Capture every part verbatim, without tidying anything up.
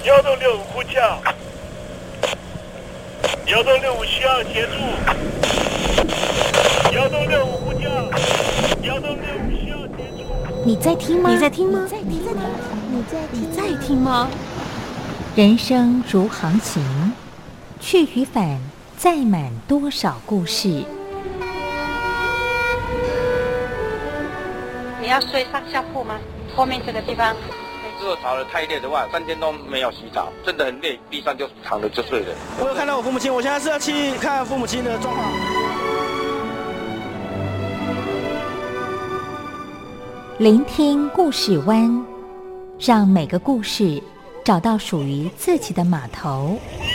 幺洞六五呼叫，幺洞六五需要协助，幺洞六五呼叫，幺洞六五需要协助。 你在听吗？ 你在听吗？ 你在听吗？你在你在听吗？ 人生如航行，去与返，载满多少故事。 你要睡上下铺吗？后面这个地方。 如果吵得太累的话，三天都没有洗澡，真的很累，地上就躺着就睡了。 我有看到我父母亲，我现在是要去看父母亲的状况。 聆听故事湾，让每个故事找到属于自己的码头。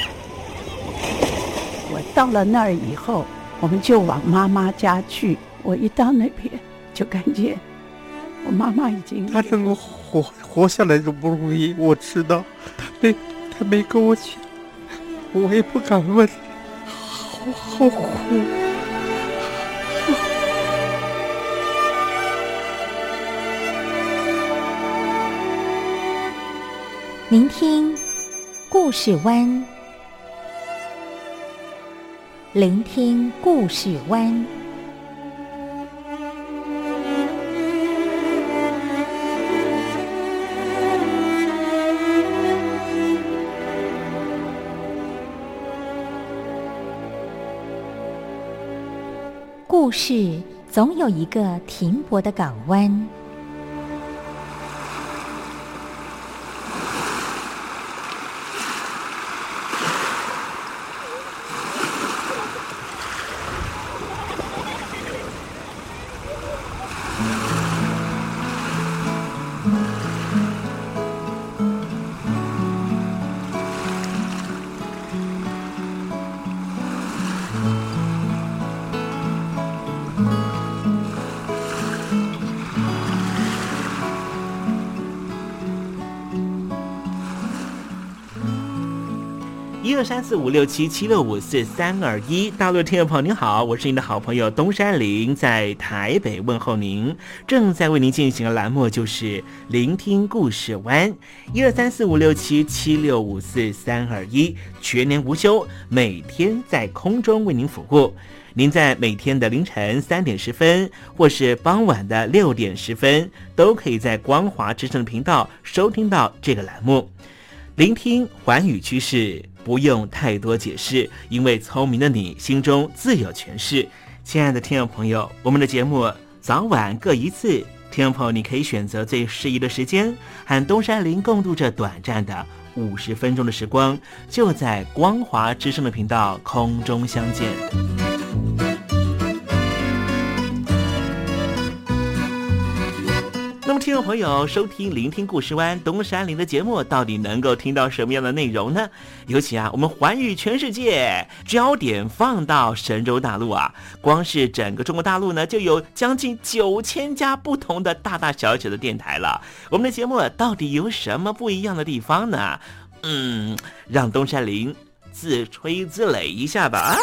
我到了那儿以后，我们就往妈妈家去。我一到那边，就感觉我妈妈已经她能够活活下来都不容易，我知道，她没她没跟我讲，我也不敢问，好好苦。 聆听故事湾，聆听故事湾。故事总有一个停泊的港湾。 一二三四五六七七六五四三二一，大陆的听众朋友您好，我是您的好朋友东山林，在台北问候您。正在为您进行的栏目就是聆听故事湾，一二三四五六七七六五四三二一，全年无休，每天在空中为您服务。您在每天的凌晨三点十分，或是傍晚的六点十分，都可以在光华之声的频道收听到这个栏目。聆听寰宇趋势，不用太多解释，因为聪明的你心中自有诠释。亲爱的听众朋友，我们的节目早晚各一次，听众朋友你可以选择最适宜的时间，和东山林共度这短暂的五十分钟的时光，就在光华之声的频道空中相见。那么听众朋友收听聆听故事湾东山林的节目，到底能够听到什么样的内容呢？尤其啊，我们环宇全世界，焦点放到神州大陆啊，光是整个中国大陆呢，就有将近九千家不同的大大小小的电台了。我们的节目到底有什么不一样的地方呢？嗯，让东山林自吹自擂一下吧。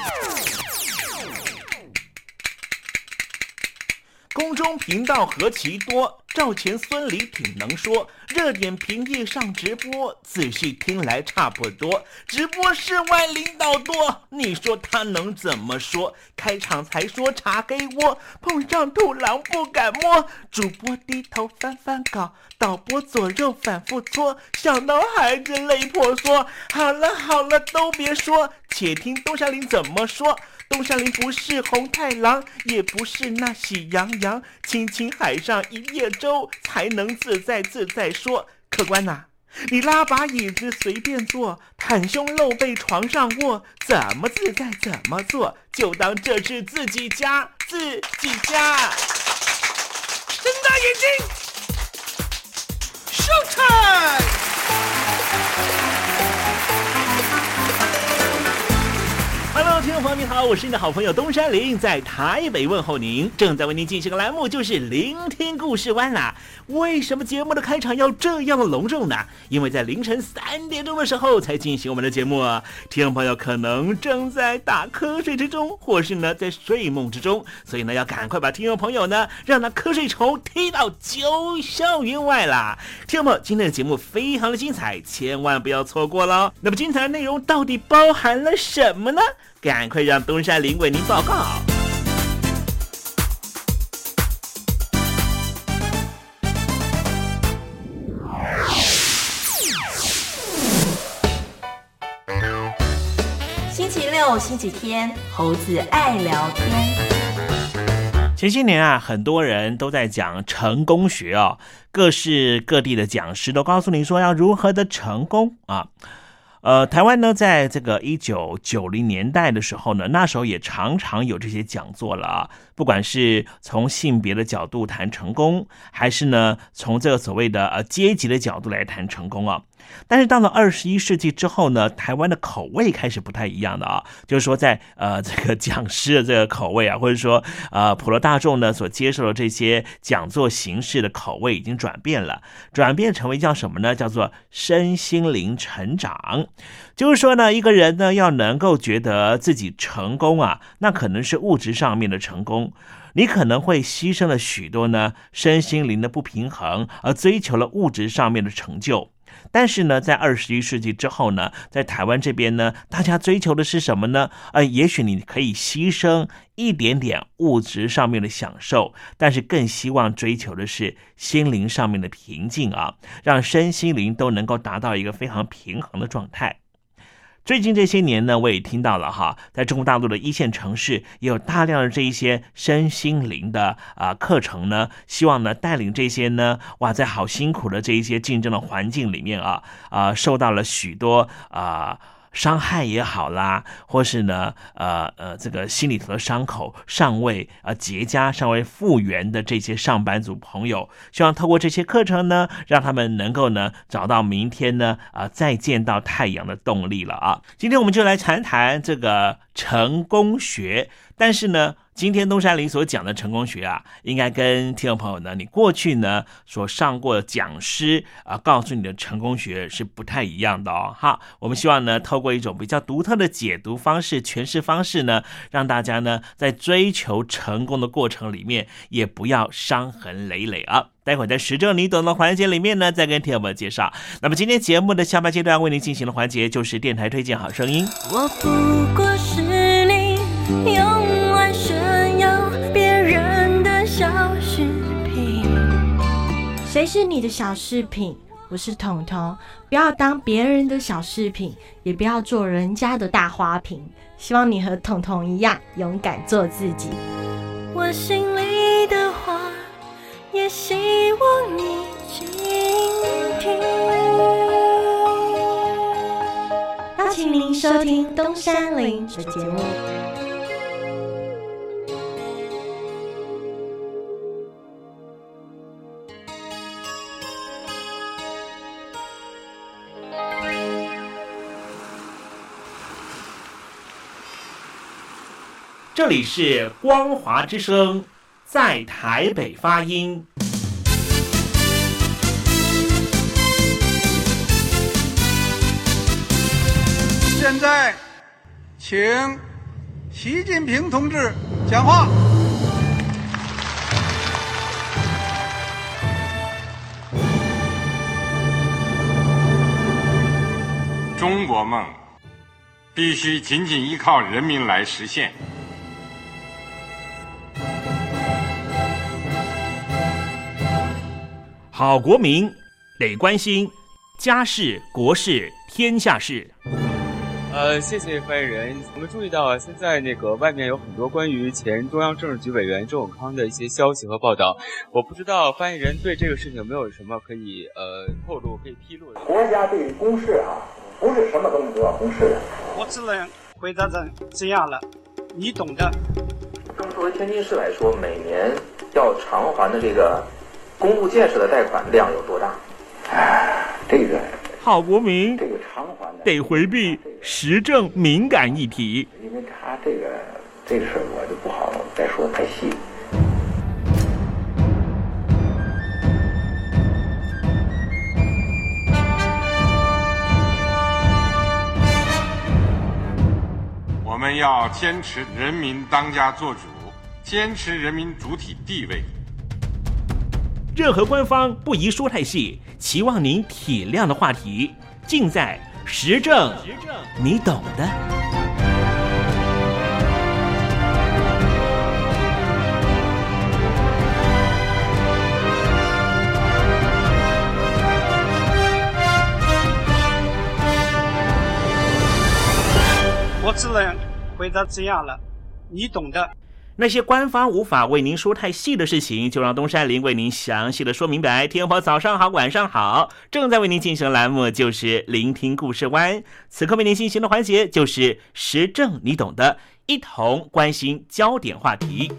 空中频道何其多，赵钱孙李挺能说，热点平地上直播，仔细听来差不多。直播室外领导多，你说他能怎么说？开场才说茶黑窝，碰上土狼不敢摸。主播低头翻翻稿，导播左右反复搓，想到孩子泪婆娑。好了好了，都别说，且听东山林怎么说。东山林不是红太狼，也不是那喜羊羊，亲亲海上一叶舟，才能自在自在说。客官呐、啊，你拉把椅子随便坐，袒胸露背床上卧，怎么自在怎么做，就当这是自己家，自己家。睁大眼睛 ，Show time！Hello， 听众朋朋友你好，我是你的好朋友东山林，在台北问候您。正在为您进行的栏目就是聆听故事湾啦。为什么节目的开场要这样的隆重呢？因为在凌晨三点钟的时候才进行我们的节目啊，听众朋友可能正在打瞌睡之中，或是呢在睡梦之中，所以呢要赶快把听众朋友呢让那瞌睡虫踢到九霄云外啦。听众朋友，今天的节目非常的精彩，千万不要错过了。那么精彩的内容到底包含了什么呢？赶快让东山林为您报告。 星期六、星期天，猴子爱聊天。 前些年啊，很多人都在讲成功学哦，各式各地的讲师都告诉你说要如何的成功啊。呃，台湾呢，在这个一九九零年代的时候呢，那时候也常常有这些讲座了啊。不管是从性别的角度谈成功，还是呢从这个所谓的呃阶级的角度来谈成功啊。但是到了二十一世纪之后呢，台湾的口味开始不太一样的啊，就是说在呃这个讲师的这个口味啊，或者说呃普罗大众呢所接受的这些讲座形式的口味已经转变了，转变成为叫什么呢？叫做身心灵成长。就是说呢，一个人呢要能够觉得自己成功啊，那可能是物质上面的成功。你可能会牺牲了许多呢身心灵的不平衡，而追求了物质上面的成就。但是呢，在二十一世纪之后呢，在台湾这边呢，大家追求的是什么呢？呃，也许你可以牺牲一点点物质上面的享受，但是更希望追求的是心灵上面的平静啊，让身心灵都能够达到一个非常平衡的状态。最近这些年呢，我也听到了哈，在中国大陆的一线城市也有大量的这一些身心灵的啊、呃、课程呢，希望呢带领这些呢，哇，在好辛苦的这一些竞争的环境里面啊啊、呃，受到了许多啊。呃伤害也好啦，或是呢，呃呃，这个心里头的伤口尚未呃结痂、尚未复原的这些上班族朋友，希望透过这些课程呢，让他们能够呢找到明天呢啊、呃、再见到太阳的动力了啊。今天我们就来谈谈这个成功学，但是呢。今天东山林所讲的成功学啊，应该跟听众朋友呢，你过去呢所上过的讲师啊，告诉你的成功学是不太一样的哦。好，我们希望呢，透过一种比较独特的解读方式、诠释方式呢，让大家呢在追求成功的过程里面，也不要伤痕累累啊。待会儿在实证你懂的环节里面呢，再跟听友们介绍。那么今天节目的下半阶段为您进行的环节就是电台推荐好声音。 我不过是你用来炫耀别人的小饰品。 谁是你的小饰品？我是彤彤。不要当别人的小饰品，也不要做人家的大花瓶。希望你和彤彤一样勇敢做自己。 我心里的话也希望你倾听。 邀请您收听东山林的节目。 这里是光华之声，在台北发音。 现在，请习近平同志讲话。 中国梦必须紧紧依靠人民来实现。 好国民得关心家事、国事、天下事。 呃，谢谢发言人。我们注意到现在那个外面有很多关于前中央政治局委员周永康的一些消息和报道，我不知道发言人对这个事情有没有什么可以呃透露、可以披露的。 国家对于公事啊，不是什么东西都要公示的。 我只能回答成这样了，你懂的。 那么作为天津市来说，每年要偿还的这个公路建设的贷款量有多大？哎，这个好国民这个偿还得回避时政敏感议题， 因为他这个这个事儿我就不好再说的太细。 我们要坚持人民当家作主，坚持人民主体地位。 任何官方不宜说太细，期望您体谅的话题，尽在时政，你懂的。 我只能回答这样了，你懂的。 那些官方无法为您说太细的事情，就让东山林为您详细的说明白。天婆早上好，晚上好，正在为您进行的栏目就是聆听故事湾，此刻为您进行的环节就是时政你懂的，一同关心焦点话题。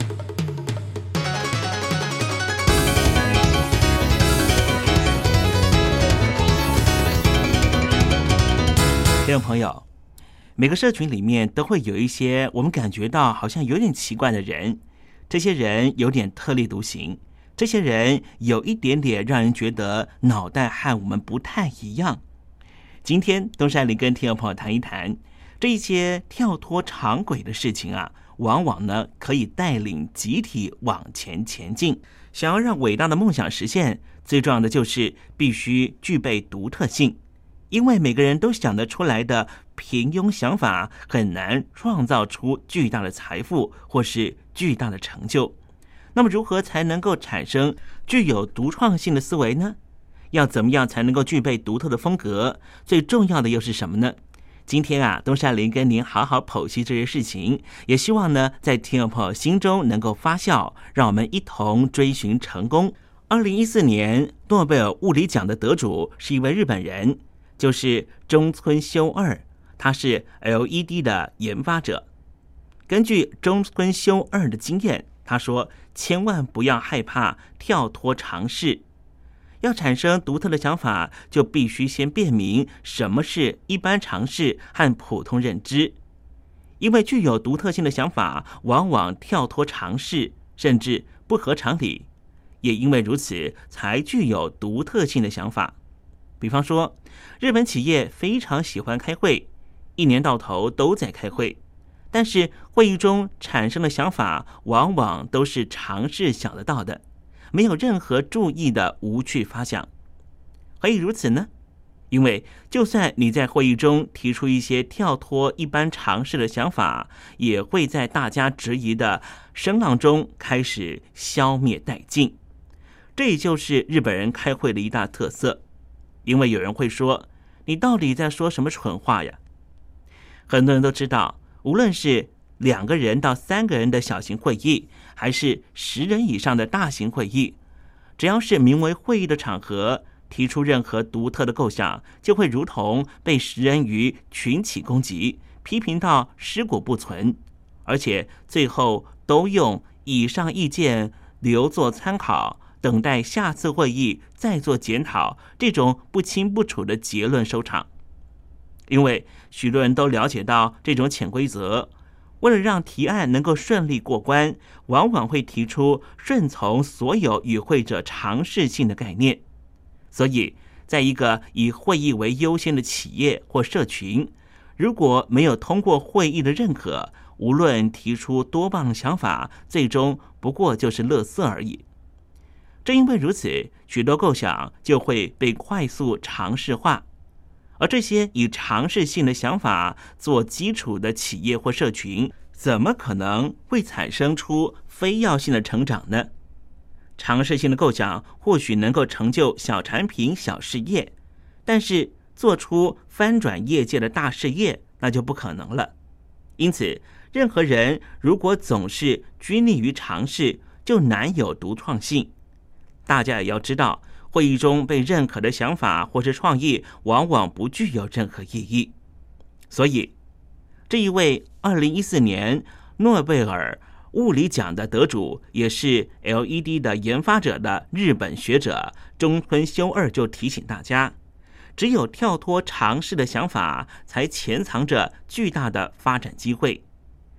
听众朋友，每个社群里面都会有一些我们感觉到好像有点奇怪的人，这些人有点特立独行，这些人有一点点让人觉得脑袋和我们不太一样。今天东山林跟听众朋友谈一谈这一些跳脱常轨的事情啊，往往呢可以带领集体往前前进。想要让伟大的梦想实现，最重要的就是必须具备独特性。因为每个人都想得出来的平庸想法，很难创造出巨大的财富或是巨大的成就。那么如何才能够产生具有独创性的思维呢？要怎么样才能够具备独特的风格？最重要的又是什么呢？今天啊，东山林跟您好好剖析这些事情，也希望呢在听众朋友心中能够发酵，让我们一同追寻成功。二零一四年诺贝尔物理奖的得主是一位日本人，就是中村修二，他是 L E D 的研发者。根据中村修二的经验，他说千万不要害怕跳脱常识，要产生独特的想法，就必须先辨明什么是一般常识和普通认知。因为具有独特性的想法往往跳脱常识，甚至不合常理，也因为如此才具有独特性的想法。比方说，日本企业非常喜欢开会，一年到头都在开会，但是会议中产生的想法往往都是常识想得到的，没有任何注意的无趣发想。何以如此呢？因为就算你在会议中提出一些跳脱一般常识的想法，也会在大家质疑的声浪中开始消灭殆尽。这也就是日本人开会的一大特色。因为有人会说，你到底在说什么蠢话呀？很多人都知道，无论是两个人到三个人的小型会议，还是十人以上的大型会议，只要是名为会议的场合，提出任何独特的构想，就会如同被食人鱼群起攻击，批评到尸骨不存，而且最后都用以上意见留作参考，等待下次会议再做检讨，这种不清不楚的结论收场。因为许多人都了解到这种潜规则，为了让提案能够顺利过关，往往会提出顺从所有与会者常识性的概念。所以在一个以会议为优先的企业或社群，如果没有通过会议的认可，无论提出多棒的想法，最终不过就是垃圾而已。正因为如此，许多构想就会被快速常识化，而这些以常识性的想法做基础的企业或社群，怎么可能会产生出非要性的成长呢？常识性的构想或许能够成就小产品、小事业，但是做出翻转业界的大事业，那就不可能了。因此，任何人如果总是拘泥于常识，就难有独创性。大家也要知道，会议中被认可的想法或是创意往往不具有任何意义。所以这一位二零一四年诺贝尔物理奖的得主，也是 L E D 的研发者的日本学者中村修二就提醒大家，只有跳脱常识的想法，才潜藏着巨大的发展机会。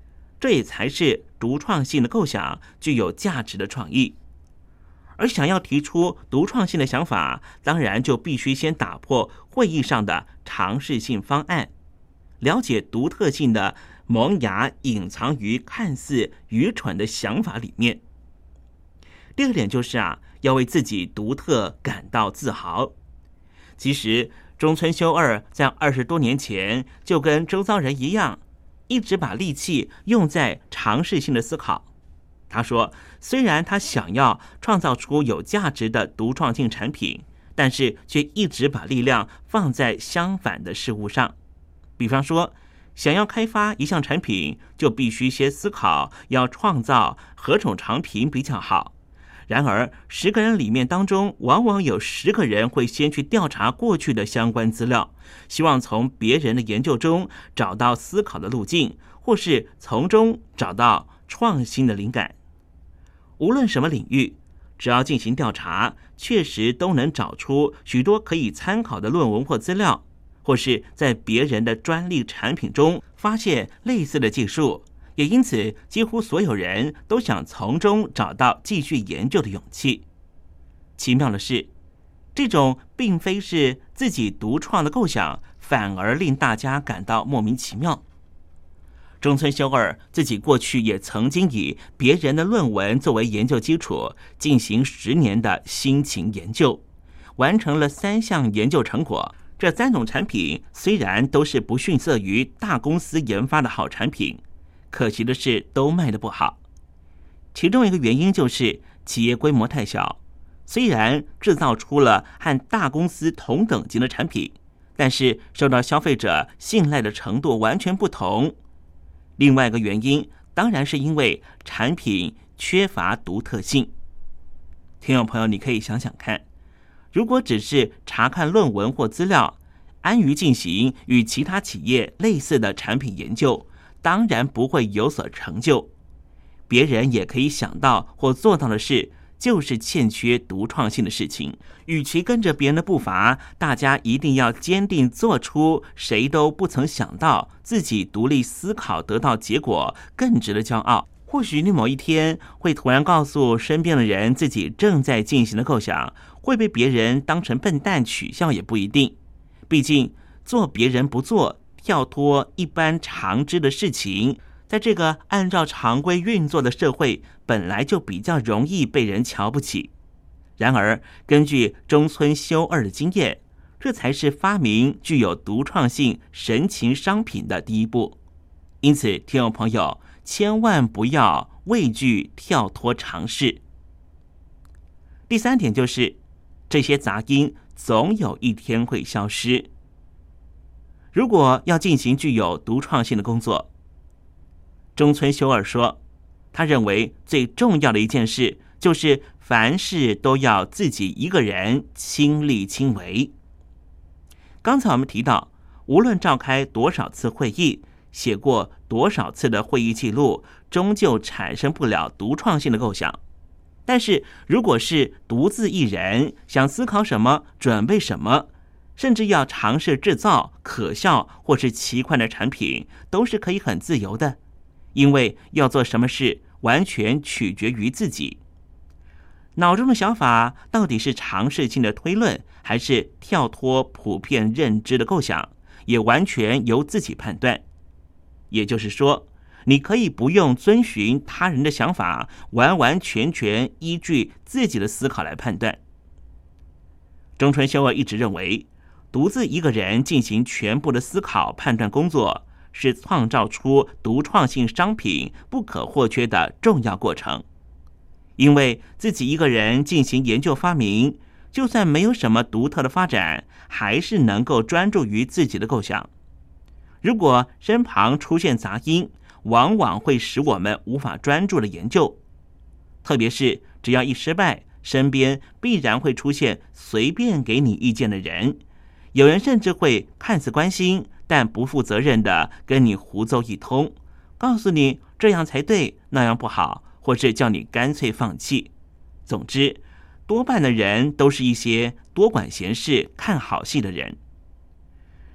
这也才是独创性的构想，具有价值的创意。而想要提出独创性的想法，当然就必须先打破会议上的尝试性方案，了解独特性的萌芽隐藏于看似愚蠢的想法里面。第二点就是啊，要为自己独特感到自豪。其实中村修二在二十多年前就跟周遭人一样，一直把力气用在尝试性的思考。他说，虽然他想要创造出有价值的独创性产品，但是却一直把力量放在相反的事物上。比方说，想要开发一项产品，就必须先思考要创造何种产品比较好。然而十个人里面当中，往往有十个人会先去调查过去的相关资料，希望从别人的研究中找到思考的路径，或是从中找到创新的灵感。无论什么领域，只要进行调查，确实都能找出许多可以参考的论文或资料，或是在别人的专利产品中发现类似的技术，也因此几乎所有人都想从中找到继续研究的勇气。奇妙的是，这种并非是自己独创的构想，反而令大家感到莫名其妙。中村修二自己过去也曾经以别人的论文作为研究基础，进行十年的辛勤研究，完成了三项研究成果。这三种产品虽然都是不逊色于大公司研发的好产品，可惜的是都卖得不好。其中一个原因就是企业规模太小，虽然制造出了和大公司同等级的产品，但是受到消费者信赖的程度完全不同。另外一个原因当然是因为产品缺乏独特性。听众朋友，你可以想想看，如果只是查看论文或资料，安于进行与其他企业类似的产品研究，当然不会有所成就。别人也可以想到或做到的事，就是欠缺独创性的事情。与其跟着别人的步伐，大家一定要坚定做出谁都不曾想到，自己独立思考得到结果更值得骄傲。或许你某一天会突然告诉身边的人自己正在进行的构想，会被别人当成笨蛋取笑也不一定。毕竟做别人不做，跳脱一般常知的事情，在这个按照常规运作的社会，本来就比较容易被人瞧不起。然而根据中村修二的经验，这才是发明具有独创性神奇商品的第一步。因此听众朋友，千万不要畏惧跳脱常识。第三点就是，这些杂音总有一天会消失。如果要进行具有独创性的工作，中村修二说，他认为最重要的一件事就是凡事都要自己一个人亲力亲为。刚才我们提到，无论召开多少次会议，写过多少次的会议记录，终究产生不了独创性的构想。但是如果是独自一人，想思考什么，准备什么，甚至要尝试制造可笑或是奇怪的产品，都是可以很自由的，因为要做什么事完全取决于自己。脑中的想法到底是尝试性的推论，还是跳脱普遍认知的构想，也完全由自己判断。也就是说，你可以不用遵循他人的想法，完完全全依据自己的思考来判断。中村修二一直认为，独自一个人进行全部的思考判断工作，是创造出独创性商品不可或缺的重要过程。因为自己一个人进行研究发明，就算没有什么独特的发展，还是能够专注于自己的构想。如果身旁出现杂音，往往会使我们无法专注的研究。特别是只要一失败，身边必然会出现随便给你意见的人，有人甚至会看似关心，但不负责任的跟你胡诌一通，告诉你这样才对，那样不好，或是叫你干脆放弃。总之，多半的人都是一些多管闲事、看好戏的人。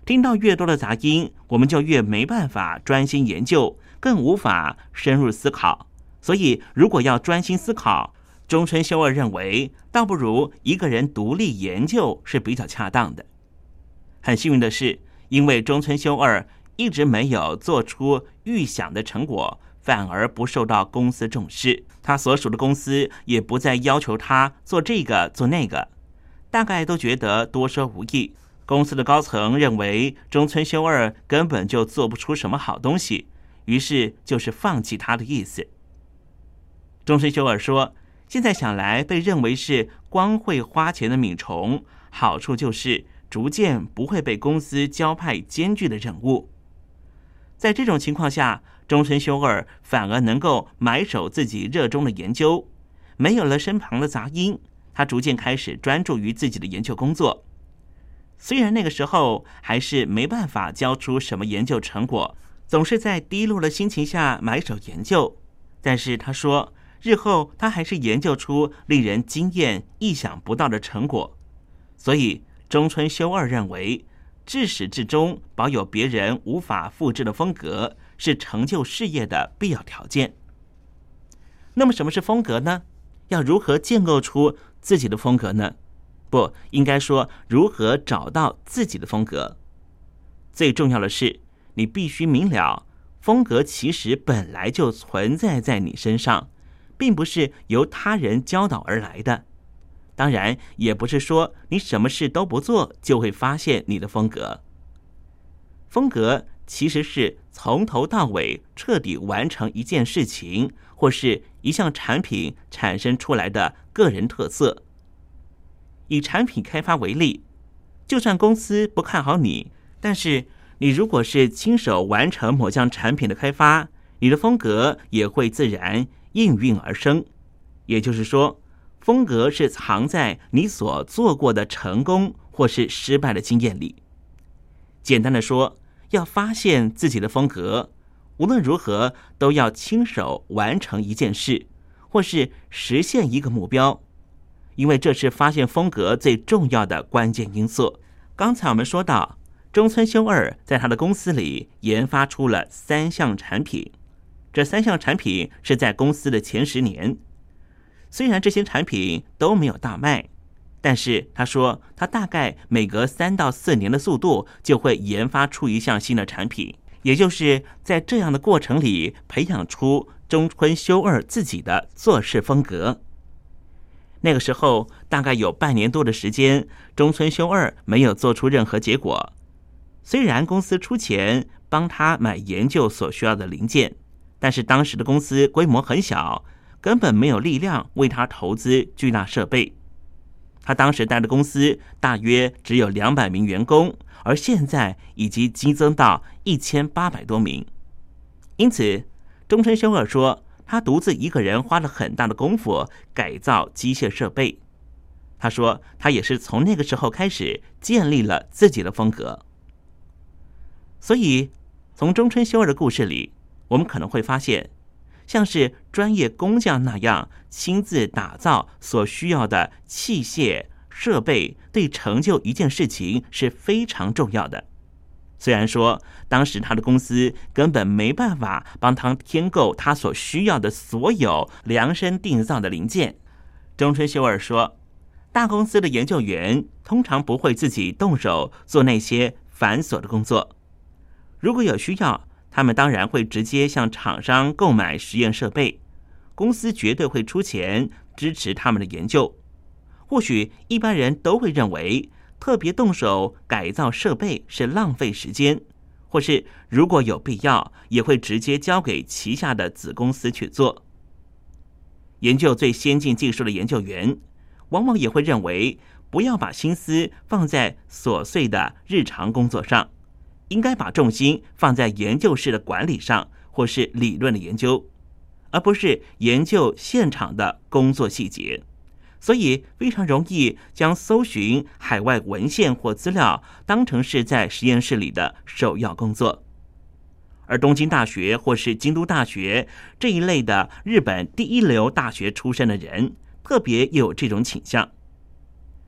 听到越多的杂音，我们就越没办法专心研究，更无法深入思考。所以如果要专心思考，中村修二认为倒不如一个人独立研究是比较恰当的。很幸运的是，因为中村修二一直没有做出预想的成果，反而不受到公司重视，他所属的公司也不再要求他做这个做那个，大概都觉得多说无益。公司的高层认为中村修二根本就做不出什么好东西，于是就是放弃他的意思。中村修二说，现在想来，被认为是光会花钱的敏虫，好处就是逐渐不会被公司交派艰巨的任务。在这种情况下，中村修二反而能够埋首自己热衷的研究，没有了身旁的杂音，他逐渐开始专注于自己的研究工作。虽然那个时候还是没办法交出什么研究成果，总是在低落的心情下埋首研究，但是他说日后他还是研究出令人惊艳意想不到的成果。所以中村修二认为，至始至终保有别人无法复制的风格，是成就事业的必要条件。那么什么是风格呢？要如何建构出自己的风格呢？不，应该说如何找到自己的风格。最重要的是，你必须明了，风格其实本来就存在在你身上，并不是由他人教导而来的。当然，也不是说你什么事都不做就会发现你的风格。风格其实是从头到尾彻底完成一件事情或是一项产品产生出来的个人特色。以产品开发为例，就算公司不看好你，但是你如果是亲手完成某项产品的开发，你的风格也会自然应运而生。也就是说，风格是藏在你所做过的成功或是失败的经验里。简单的说，要发现自己的风格，无论如何都要亲手完成一件事，或是实现一个目标，因为这是发现风格最重要的关键因素。刚才我们说到，中村修二在他的公司里研发出了三项产品，这三项产品是在公司的前十年。虽然这些产品都没有大卖，但是他说他大概每隔三到四年的速度就会研发出一项新的产品，也就是在这样的过程里培养出中村修二自己的做事风格。那个时候大概有半年多的时间，中村修二没有做出任何结果。虽然公司出钱帮他买研究所需要的零件，但是当时的公司规模很小，根本没有力量为他投资巨大设备。他当时待的公司大约只有两百名员工，而现在已经激增到一千八百多名。因此中村修二说，他独自一个人花了很大的功夫改造机械设备。他说他也是从那个时候开始建立了自己的风格。所以从中村修二的故事里，我们可能会发现，像是专业工匠那样亲自打造所需要的器械设备，对成就一件事情是非常重要的。虽然说当时他的公司根本没办法帮他添购他所需要的所有量身定造的零件，中村修二说，大公司的研究员通常不会自己动手做那些繁琐的工作，如果有需要，他们当然会直接向厂商购买实验设备，公司绝对会出钱支持他们的研究。或许一般人都会认为特别动手改造设备是浪费时间，或是如果有必要，也会直接交给旗下的子公司去做。研究最先进技术的研究员，往往也会认为不要把心思放在琐碎的日常工作上，应该把重心放在研究室的管理上，或是理论的研究，而不是研究现场的工作细节。所以非常容易将搜寻海外文献或资料当成是在实验室里的首要工作。而东京大学或是京都大学这一类的日本第一流大学出身的人，特别有这种倾向。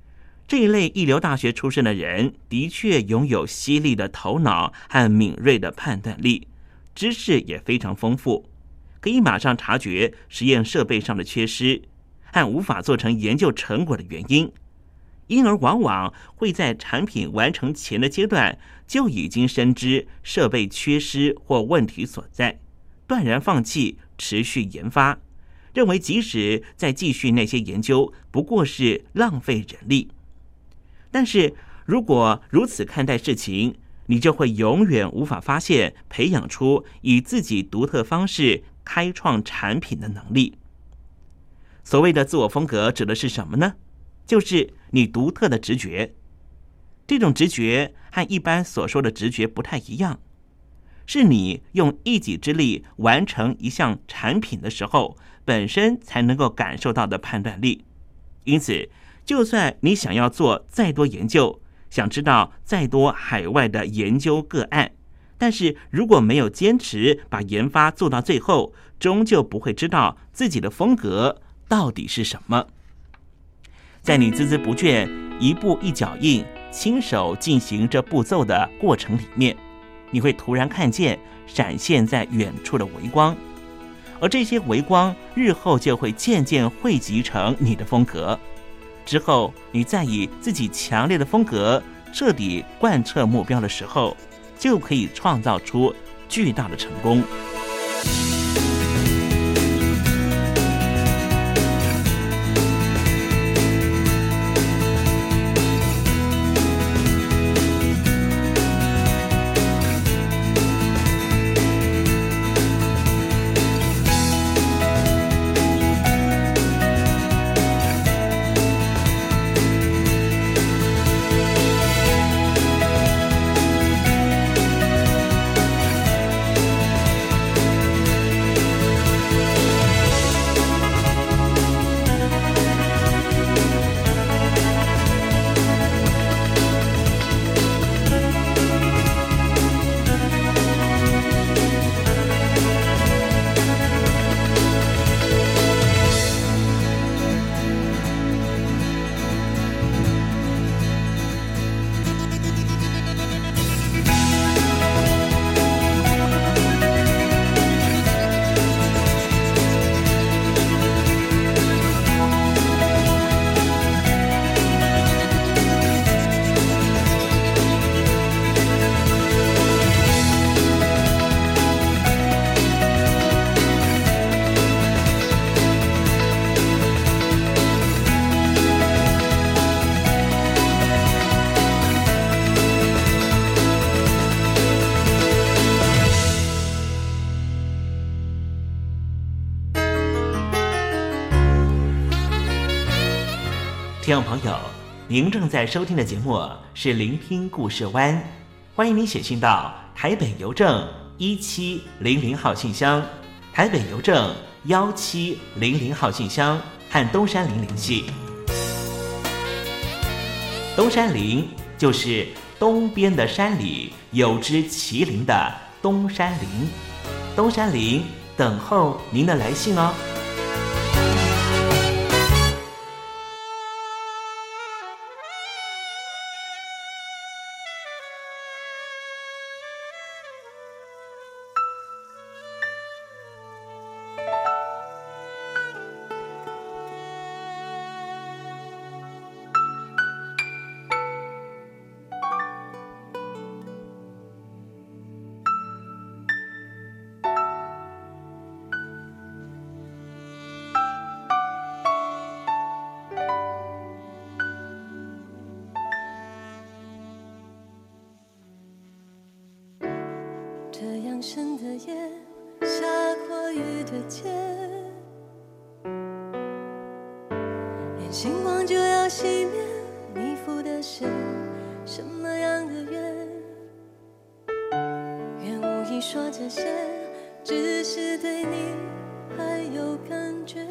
这一类一流大学出身的人，的确拥有犀利的头脑和敏锐的判断力，知识也非常丰富，可以马上察觉实验设备上的缺失和无法做成研究成果的原因，因而往往会在产品完成前的阶段就已经深知设备缺失或问题所在，断然放弃持续研发，认为即使再继续那些研究不过是浪费人力。但是如果如此看待事情，你就会永远无法发现培养出以自己独特方式开创产品的能力。所谓的自我风格指的是什么呢？就是你独特的直觉。这种直觉和一般所说的直觉不太一样，是你用一己之力完成一项产品的时候本身才能够感受到的判断力。因此就算你想要做再多研究，想知道再多海外的研究个案，但是如果没有坚持把研发做到最后，终究不会知道自己的风格到底是什么。在你孜孜不倦、一步一脚印、亲手进行这步骤的过程里面，你会突然看见闪现在远处的微光，而这些微光日后就会渐渐汇集成你的风格。之后你再以自己强烈的风格彻底贯彻目标的时候，就可以创造出巨大的成功。听众朋友，您正在收听的节目是聆听故事湾，欢迎您写信到台北邮政一七零零号信箱，台北邮政幺七零零号信箱和东山林联系。东山林就是东边的山里有只麒麟的东山林，东山林等候您的来信哦。 深的夜，下过雨的街，连星光就要熄灭，你赴的是什么样的约？愿无意说这些，只是对你还有感觉，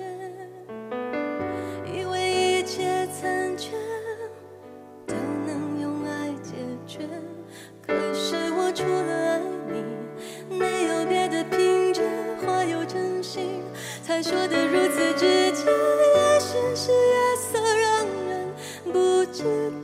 以为一切残缺都能用爱解决，可是我除了爱你没有别的凭据，话有真心才说得如此直接，也许是夜色让人不知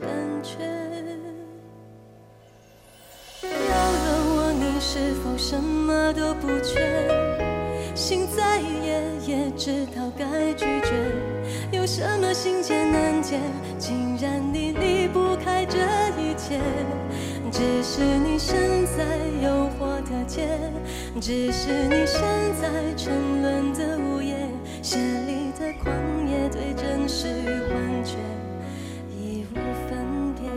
知道该拒绝。有什么心结难解，竟然你离不开这一切。只是你身在诱惑的街，只是你身在沉沦的午夜，绚丽的狂野对真实与幻觉已无分别。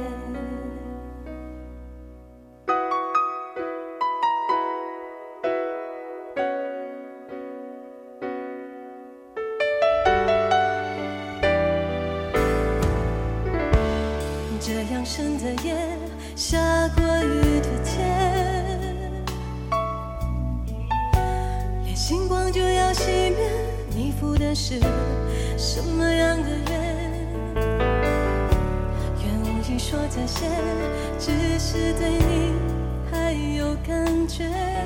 这样深的夜，下过雨的街，连星光就要熄灭，你赴的是什么样的约？愿无意说这些，只是对你还有感觉，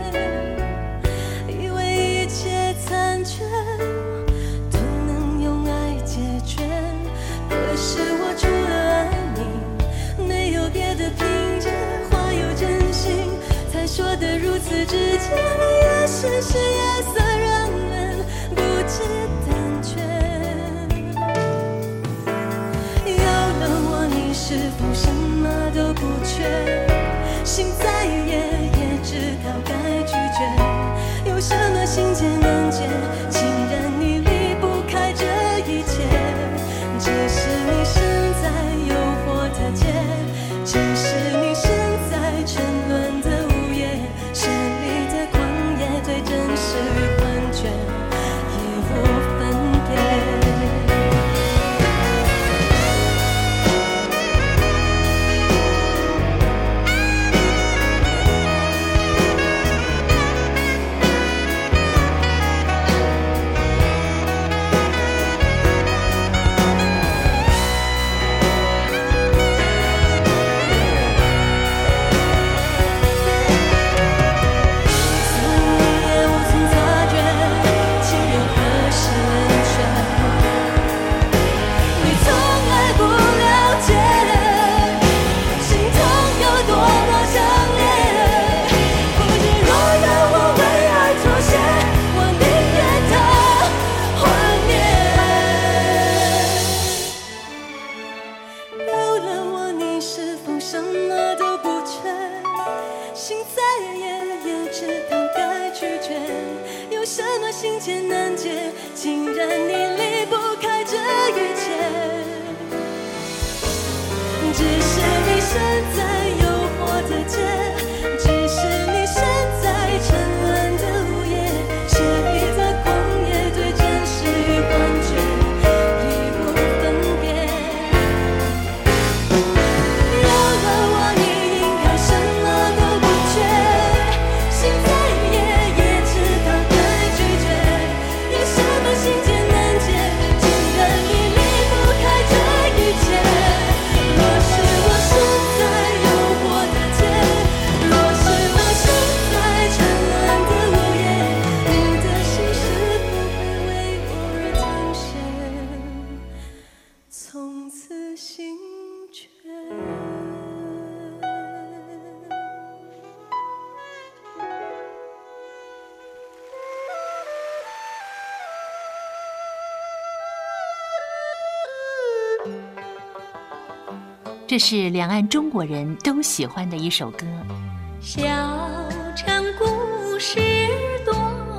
以为一切残缺都能用爱解决，可是我除了爱你没有别的凭借，话有真心才说得如此直接，也许是夜色让人不知胆怯。有了我，你是否什么都不缺？心再野也知道该拒绝。有什么心结难解，竟然你离不开这一切。只是你身在诱惑的街，只是你身在沉沦的午夜，绚丽的狂野对真实与幻觉已无分别。 这是两岸中国人都喜欢的一首歌。 小城故事多，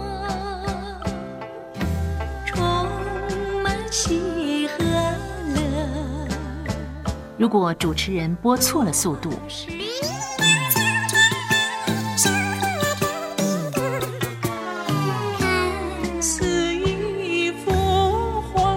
充满喜和乐。 如果主持人播错了速度， 看似一幅画，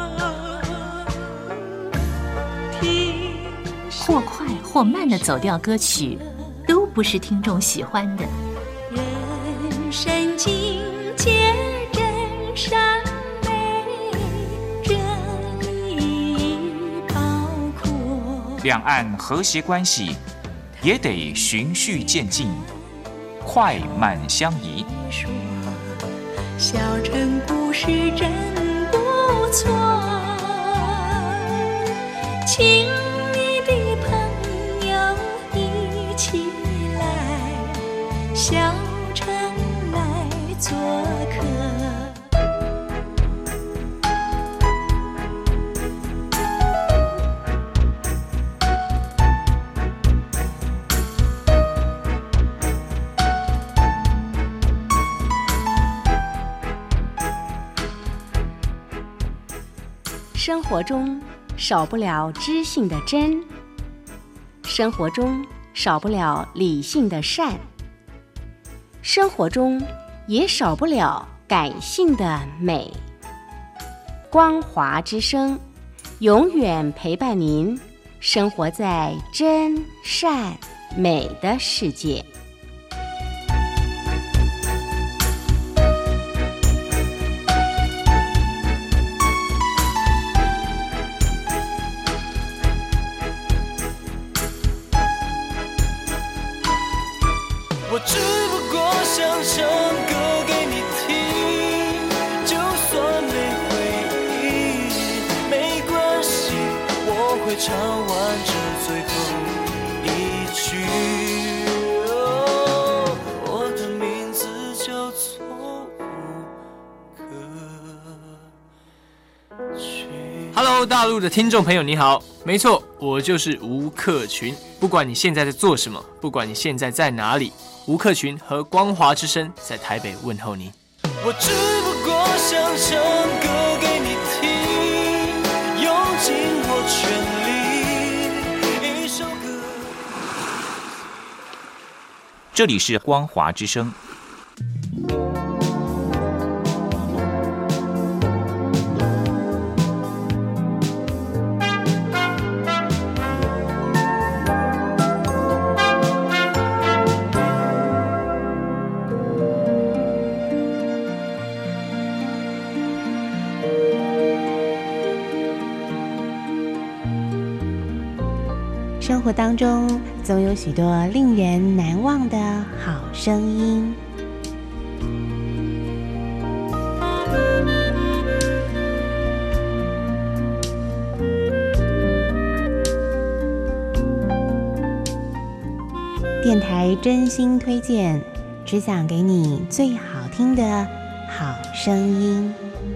或快或慢的走调歌曲，都不是听众喜欢的。 人生境界真善美，这一包括两岸和谐关系也得循序渐进，快慢相宜。 小城故事真不错，请你的朋友一起来小城来做客。 生活中少不了知性的真，生活中少不了理性的善，生活中也少不了感性的美。光华之声永远陪伴您生活在真善美的世界。 我只不过想唱歌给你听，就算没回应没关系，我会唱完这最后一句。哦，我的名字叫做吴克群。 Hello， 大陆的听众朋友你好，没错，我就是吴克群。不管你现在在做什么，不管你现在在哪里，吴克群和光华之声在台北问候您。 我只不过想唱歌给你听，用尽我全力，一首歌。 这里是光华之声。 生活当中总有许多令人难忘的好声音。电台真心推荐，只想给你最好听的好声音。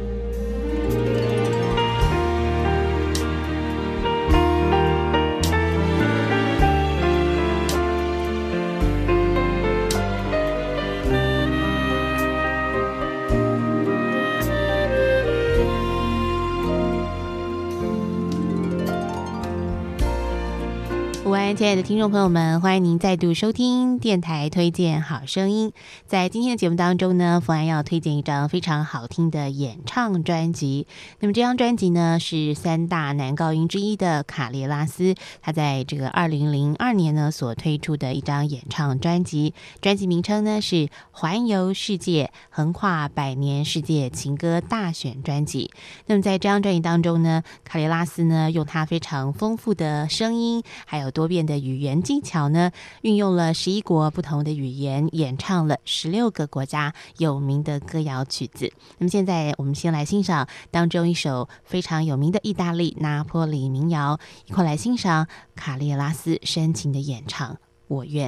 亲爱的听众朋友们，欢迎您再度收听电台推荐好声音。在今天的节目当中呢，福安要推荐一张非常好听的演唱专辑。那么这张专辑呢，是三大男高音之一的卡列拉斯，他在这个二零零二年呢所推出的一张演唱专辑，专辑名称呢是环游世界横跨百年世界情歌大选专辑。那么在这张专辑当中呢，卡列拉斯呢用他非常丰富的声音还有多变的语言技巧呢，运用了十一国不同的语言，演唱了十六个国家有名的歌谣曲子。那么现在我们先来欣赏当中一首非常有名的意大利拿坡里民谣，一块来欣赏卡列拉斯深情的演唱《我愿》。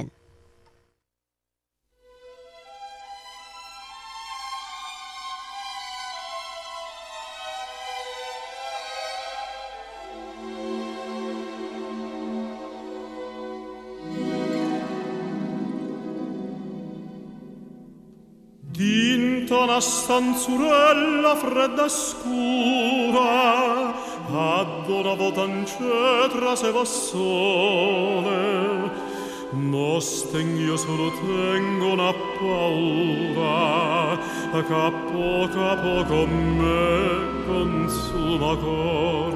Dinta una stanzurella fredda e scura, ad una votancè traseva sole. Nosten io solo tengo una paura, che a poco a poco me consuma cor.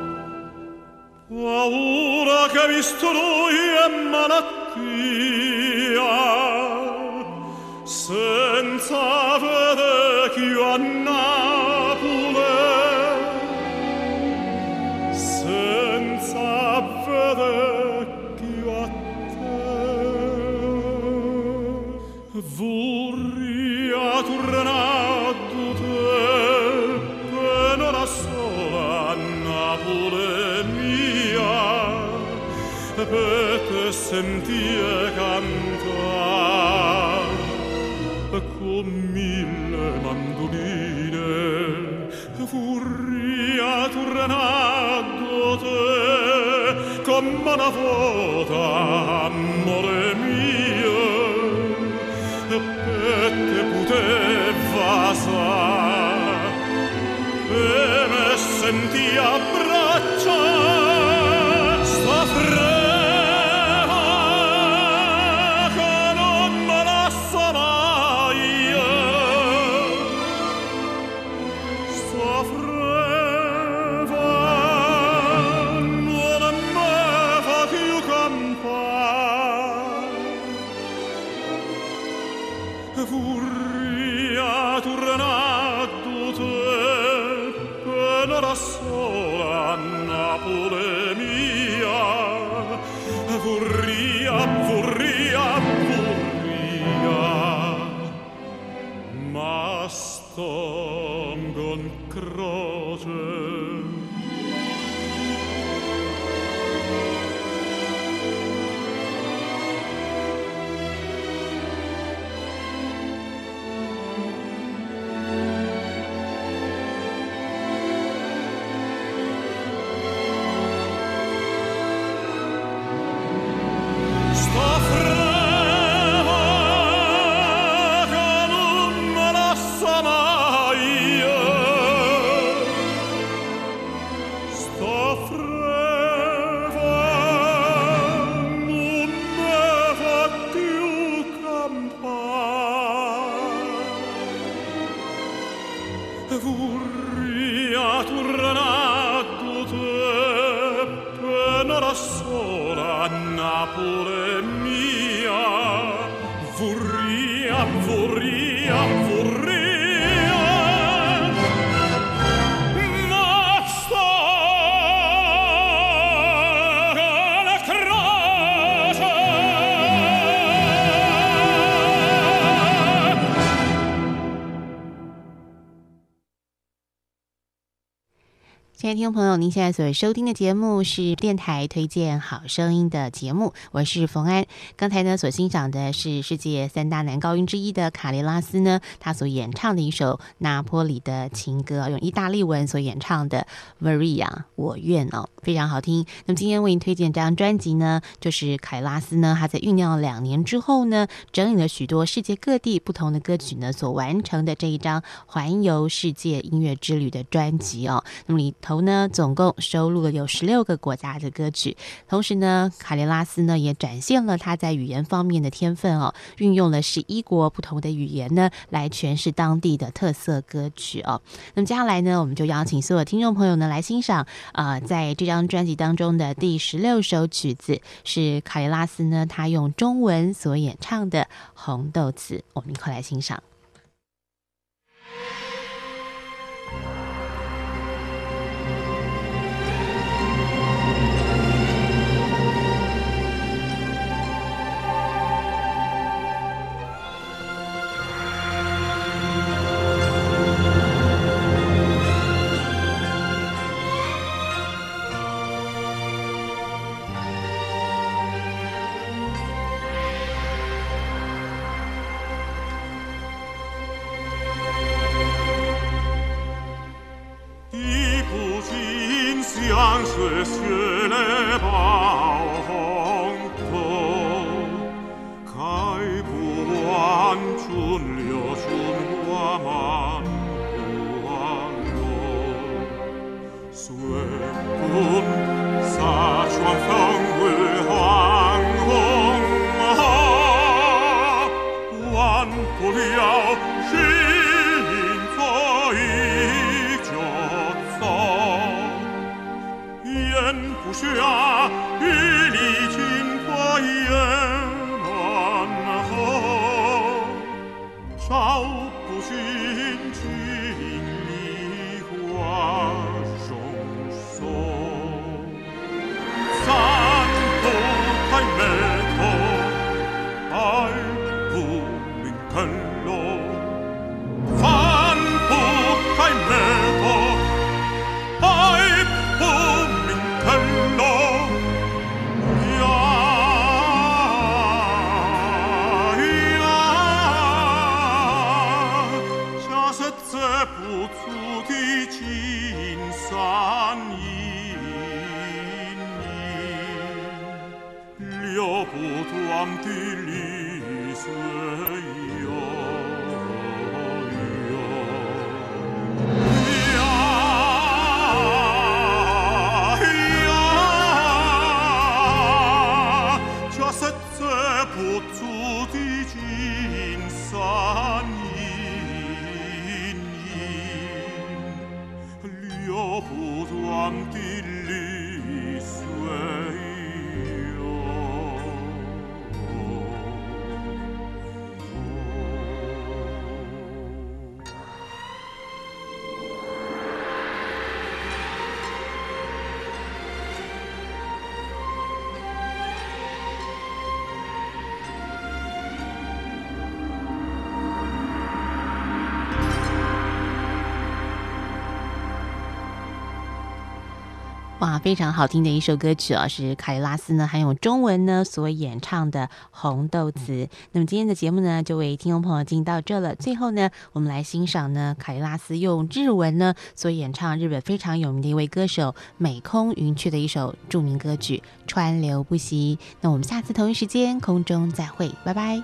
Paura che visto lui è malattia, senza vecchio a Napoli, senza vecchio a te. Vorria tornato te, per non a sola a Napoli mia, per te sentire cantare con mille mandoline. Vorria tornato te come una volta, amore mio, per te poteva sa e me sentia Furia tornato te, penera sola Napoli mia. Furia, furia, furia, ma stom con croce. Furia tornato te, penera sola Napoli mia. Furia, furia, furia, ma sto la croce. 亲爱的听众朋友，您现在所收听的节目是电台推荐好声音的节目，我是冯安。刚才呢所欣赏的是世界三大男高音之一的卡雷拉斯呢，他所演唱的一首拿坡里的情歌，用意大利文所演唱的 Maria 我愿哦，非常好听。那么今天为您推荐这张专辑呢，就是卡雷拉斯呢他在酝酿两年之后呢，整理了许多世界各地不同的歌曲呢所完成的这一张环游世界音乐之旅的专辑哦。那么里头呢总共收录了有十六个国家的歌曲，同时呢卡雷拉斯呢也展现了他在语言方面的天分哦，运用了十一国不同的语言呢来诠释当地的特色歌曲哦。那么接下来呢，我们就邀请所有听众朋友呢来欣赏啊、呃，在这张专辑当中的第十六首曲子，是卡雷拉斯呢他用中文所演唱的《红豆子》，我们一块来欣赏。 像是雪泪爆红豆，开不完春柳春花满不完楼，随风洒穿风雨黄红啊，完不了心作一就走。不下雨里尽花叶满后，照不尽情梨花松松，散不开眉头，爱不明肯落，散不开眉头，爱不肯落呀呀，假设这不足的金山隐隐，流不断的泪水哟哟呀。不足的金山隐隐，流不断的泪水哟。 哦哇，非常好听的一首歌曲哦，是卡里拉斯呢还有中文呢所演唱的《红豆词》。那么今天的节目呢就为听众朋友进行到这了。最后呢，我们来欣赏呢卡里拉斯用日文呢所演唱日本非常有名的一位歌手美空云雀的一首著名歌曲《川流不息》。那我们下次同一时间空中再会，拜拜。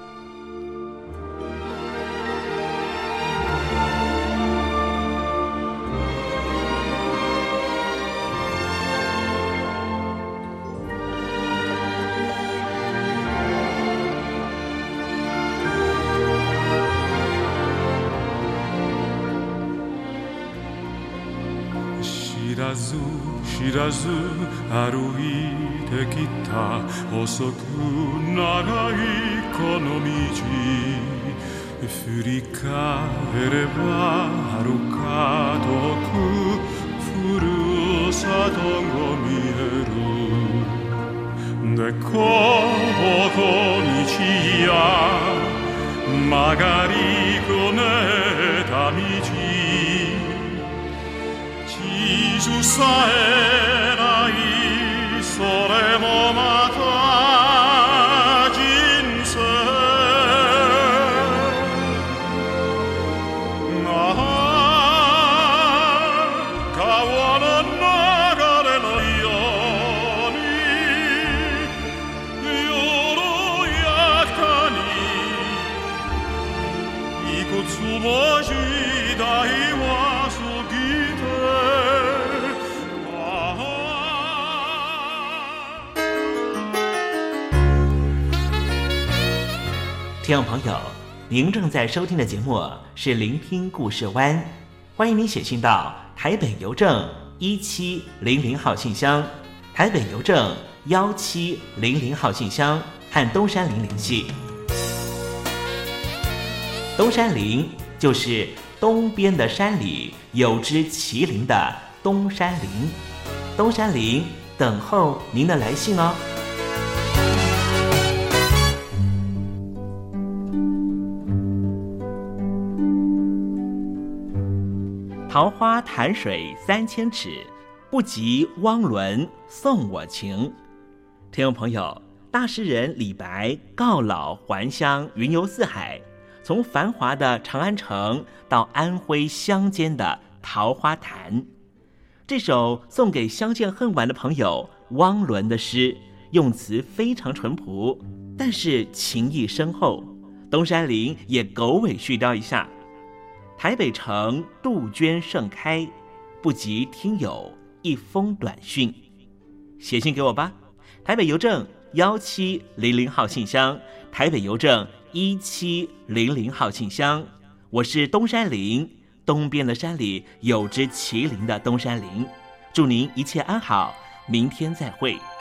知らず知らず歩いてきた細く長いこの道振り返れば遥か遠くふるさとが見えるでこぼ道や曲がりこねた道地図さえないそれもまた人生ああ川の流れのように緩やかにいくつも時代は過ぎ听众朋友，您正在收听的节目是《聆听故事湾》，欢迎您写信到台北邮政一七零零号信箱，台北邮政幺七零零号信箱和东山林联系。东山林就是东边的山里有只麒麟的东山林，东山林等候您的来信哦。桃花潭水三千尺，不及汪伦送我情。听众朋友，大诗人李白告老还乡，云游四海，从繁华的长安城到安徽乡间的桃花潭。这首送给相见恨晚的朋友汪伦的诗，用词非常淳朴，但是情意深厚。东山林也狗尾续貂一下。台北城杜鹃盛开，不及听友一封短讯。写信给我吧，台北邮政幺七零零号信箱，台北邮政一七零零号信箱。我是东山林，东边的山里有只麒麟的东山林。祝您一切安好，明天再会。